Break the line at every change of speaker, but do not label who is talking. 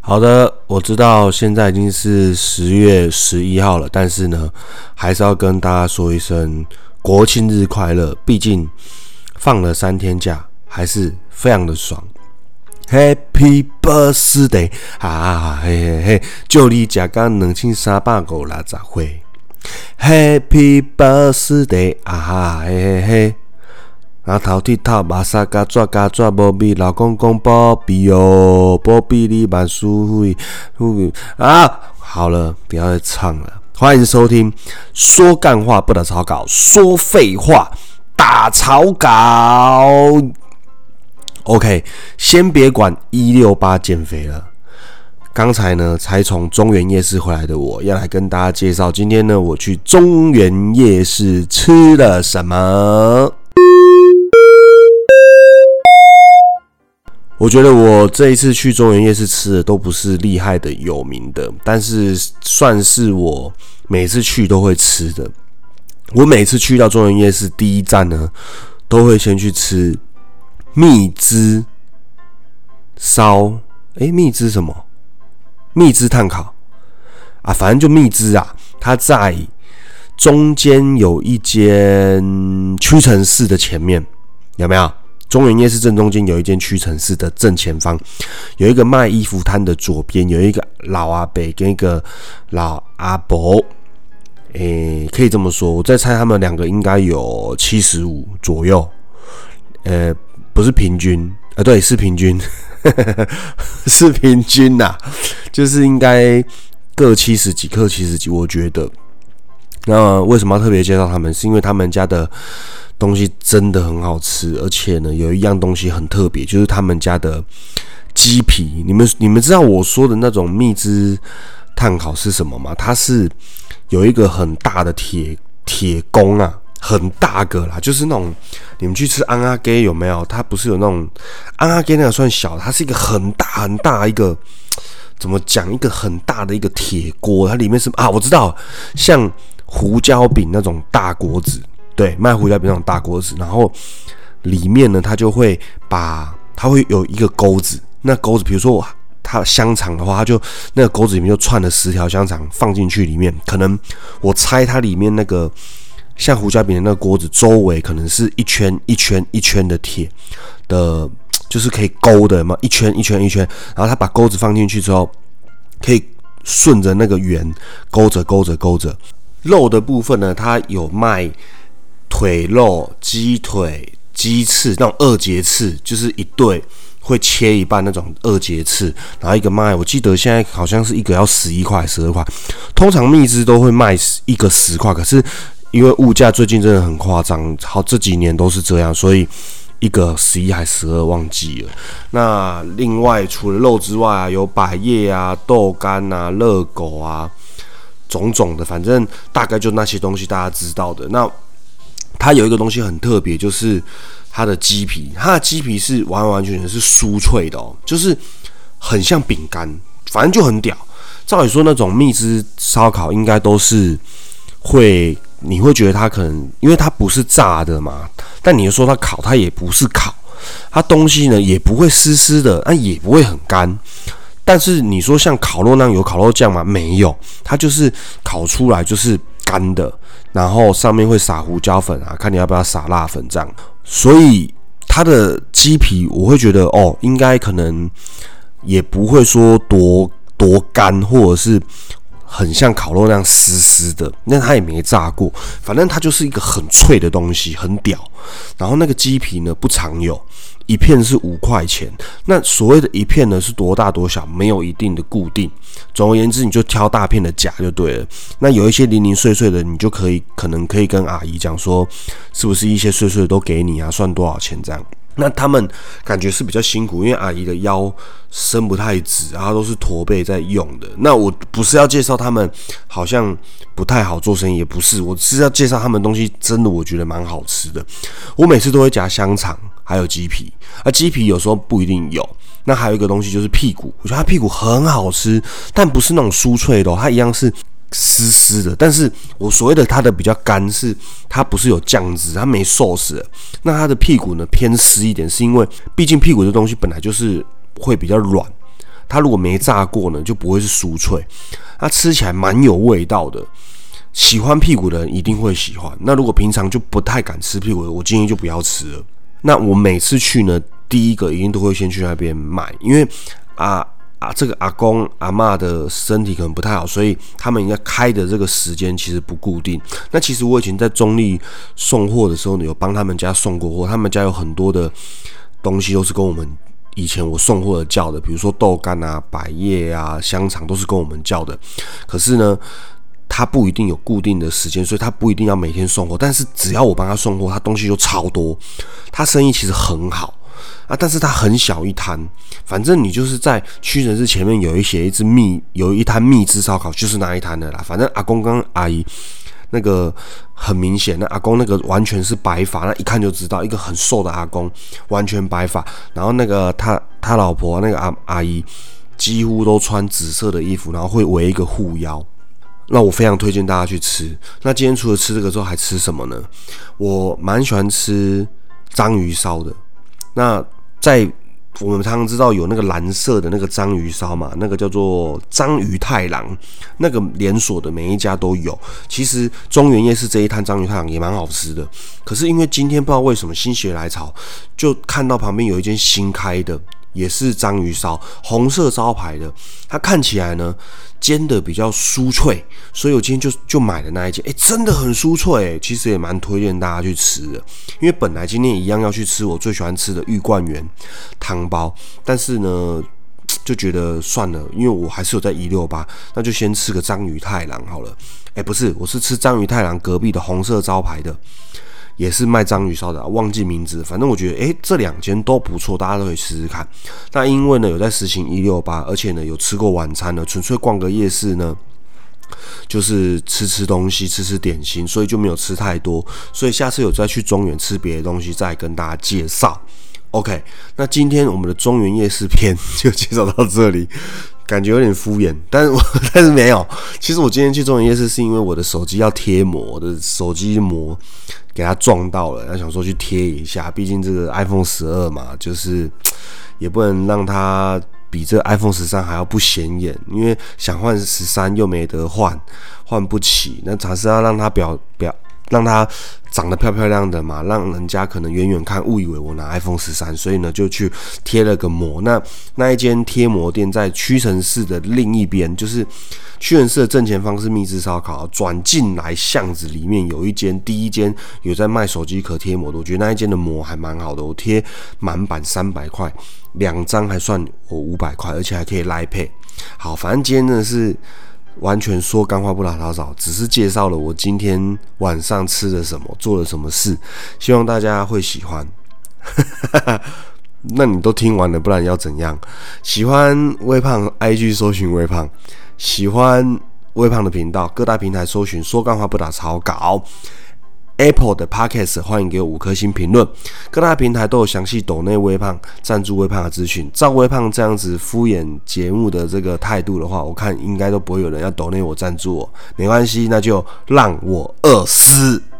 好的，我知道现在已经是10月11号了，但是呢，还是要跟大家说一声国庆日快乐。毕竟放了3天假，还是非常的爽。Happy birthday！ 嘿嘿嘿，祝你吃到2350岁。Happy birthday！ 嘿嘿嘿。然后头剃头，目屎甲抓无味，老公公保庇哦，保庇你万事如意啊！好了，不要再唱了。欢迎收听，说干话不打草稿，说废话打草稿。OK， 先别管168减肥了。刚才呢，才从中原夜市回来的我，要来跟大家介绍，今天呢，我去中原夜市吃了什么。我觉得我这一次去中原夜市吃的都不是厉害的有名的，但是算是我每次去都会吃的。我每次去到中原夜市第一站呢，都会先去吃蜜汁烧，蜜汁什么？蜜汁炭烤啊，反正就蜜汁啊。它在中间有一间屈臣氏的前面，有没有？中原夜市正中间有一间屈臣氏的正前方，有一个卖衣服摊的左边有一个老阿伯跟一个老阿伯，可以这么说，我在猜他们两个应该有75左右，不是平均，对，是平均，是平均呐，就是应该各70几，各70几，我觉得。那为什么要特别介绍他们？是因为他们家的东西真的很好吃，而且呢，有一样东西很特别，就是他们家的鸡皮。你们知道我说的那种蜜汁炭烤是什么吗？它是有一个很大的铁公啊，很大个啦，就是那种你们去吃安阿给有没有？它不是有那种安阿给那个算小，它是一个很大很大一个。怎么讲？一个很大的一个铁锅，它里面是我知道，像胡椒饼那种大锅子，对，卖胡椒饼那种大锅子，然后里面呢，它会有一个钩子，那钩子，比如说它香肠的话，它就那个钩子里面就串了10条香肠放进去里面，可能我猜它里面那个像胡椒饼的那个锅子周围可能是一圈一圈一圈的铁的。就是可以勾的嘛，一圈一圈一圈，然后他把钩子放进去之后，可以顺着那个圆勾着。肉的部分呢，它有卖腿肉、鸡腿、鸡翅那种2节翅，就是一对会切一半那种2节翅，然后一个卖，我记得现在好像是一个要11块、12块，通常蜜汁都会卖一个10块，可是因为物价最近真的很夸张，好这几年都是这样，所以。一个11还12忘记了。那另外除了肉之外有百叶啊、豆干啊、热狗啊，种种的，反正大概就那些东西大家知道的。那它有一个东西很特别，就是它的鸡皮，它的鸡皮是完完全全是酥脆的哦，就是很像饼干，反正就很屌。照理说那种蜜汁烧烤应该都是你会觉得它可能因为它不是炸的嘛，但你说它烤，它也不是烤，它东西呢也不会湿湿的，但也不会很干。但是你说像烤肉那样有烤肉酱吗？没有，它就是烤出来就是干的，然后上面会撒胡椒粉啊，看你要不要撒辣粉这样。所以它的鸡皮我会觉得应该可能也不会说多干，或者是。很像烤肉那样湿湿的，那它也没炸过，反正它就是一个很脆的东西，很屌。然后那个鸡皮呢不常有，一片是5块钱。那所谓的一片呢是多大多小，没有一定的固定。总而言之，你就挑大片的夹就对了。那有一些零零碎碎的，你就可能可以跟阿姨讲说，是不是一些碎碎的都给你啊？算多少钱这样？那他们感觉是比较辛苦，因为阿姨的腰伸不太直，然后都是驼背在用的。那我不是要介绍他们好像不太好做生意，也不是，我是要介绍他们东西真的我觉得蛮好吃的。我每次都会夹香肠，还有鸡皮，鸡皮有时候不一定有。那还有一个东西就是屁股，我觉得它屁股很好吃，但不是那种酥脆的它一样是湿湿的，但是我所谓的它的比较干是它不是有酱汁，它没寿司的。那它的屁股呢偏湿一点，是因为毕竟屁股这东西本来就是会比较软， 它如果没炸过呢，就不会是酥脆，它吃起来蛮有味道的。喜欢屁股的人一定会喜欢。那如果平常就不太敢吃屁股的，我建议就不要吃了。那我每次去呢，第一个一定都会先去那边买，因为这个阿公阿嬷的身体可能不太好，所以他们应该开的这个时间其实不固定。那其实我以前在中立送货的时候呢，有帮他们家送过货，他们家有很多的东西都是跟我们以前我送货的叫的，比如说豆干啊、百叶啊、香肠都是跟我们叫的。可是呢，他不一定有固定的时间，所以他不一定要每天送货。但是只要我帮他送货，他东西就超多，他生意其实很好啊。但是他很小一摊，反正你就是在屈臣氏前面有一摊蜜汁烧烤，就是那一摊的啦。反正阿公跟阿姨那个很明显，那阿公那个完全是白发，那一看就知道一个很瘦的阿公，完全白发。然后那个他老婆那个阿姨几乎都穿紫色的衣服，然后会围一个护腰。那我非常推荐大家去吃。那今天除了吃这个之后，还吃什么呢？我蛮喜欢吃章鱼烧的。那在我们常常知道有那个蓝色的那个章鱼烧嘛，那个叫做章鱼太郎，那个连锁的每一家都有。其实中原夜市这一摊章鱼太郎也蛮好吃的，可是因为今天不知道为什么心血来潮，就看到旁边有一间新开的，也是章鱼烧，红色招牌的，它看起来呢煎的比较酥脆，所以我今天就买了那一间，真的很酥脆，其实也蛮推荐大家去吃的。因为本来今天一样要去吃我最喜欢吃的玉冠园汤包，但是呢就觉得算了，因为我还是有在168，那就先吃个章鱼太郎好了。不是，我是吃章鱼太郎隔壁的红色招牌的，也是卖章鱼烧的，忘记名字。反正我觉得这两间都不错，大家都可以试试看。那因为呢有在实行168，而且呢有吃过晚餐了，纯粹逛个夜市呢，就是吃东西，吃点心，所以就没有吃太多。所以下次有再去中原吃别的东西，再跟大家介绍。OK， 那今天我们的中原夜市篇就介绍到这里。感觉有点敷衍，但是没有。其实我今天去中原夜市是因为我的手机要贴膜，我的手机膜给它撞到了，然后想说去贴一下。毕竟这个 iPhone 12嘛，就是也不能让它比这 iPhone 13还要不显眼，因为想换13又没得换不起，那还是要让它让它长得漂漂亮的嘛，让人家可能远远看误以为我拿 iPhone 13，所以呢就去贴了个膜。那一间贴膜店在屈臣氏的另一边，就是屈臣氏的正前方是蜜汁烧烤，转进来巷子里面有一间，第一间有在卖手机壳贴膜的，我觉得那一间的膜还蛮好的，我贴满版300块，2张还算我500块，而且还可以Line Pay。好，反正今天真的是完全说干话不打草，只是介绍了我今天晚上吃了什么，做了什么事，希望大家会喜欢。那你都听完了，不然要怎样？喜欢微胖 IG 搜寻微胖，喜欢微胖的频道，各大平台搜寻说干话不打草稿。Apple 的 Podcast 欢迎给我5颗星评论，各大平台都有详细抖内微胖赞助微胖的资讯。照微胖这样子敷衍节目的这个态度的话，我看应该都不会有人要抖内我赞助我，没关系，那就让我饿死。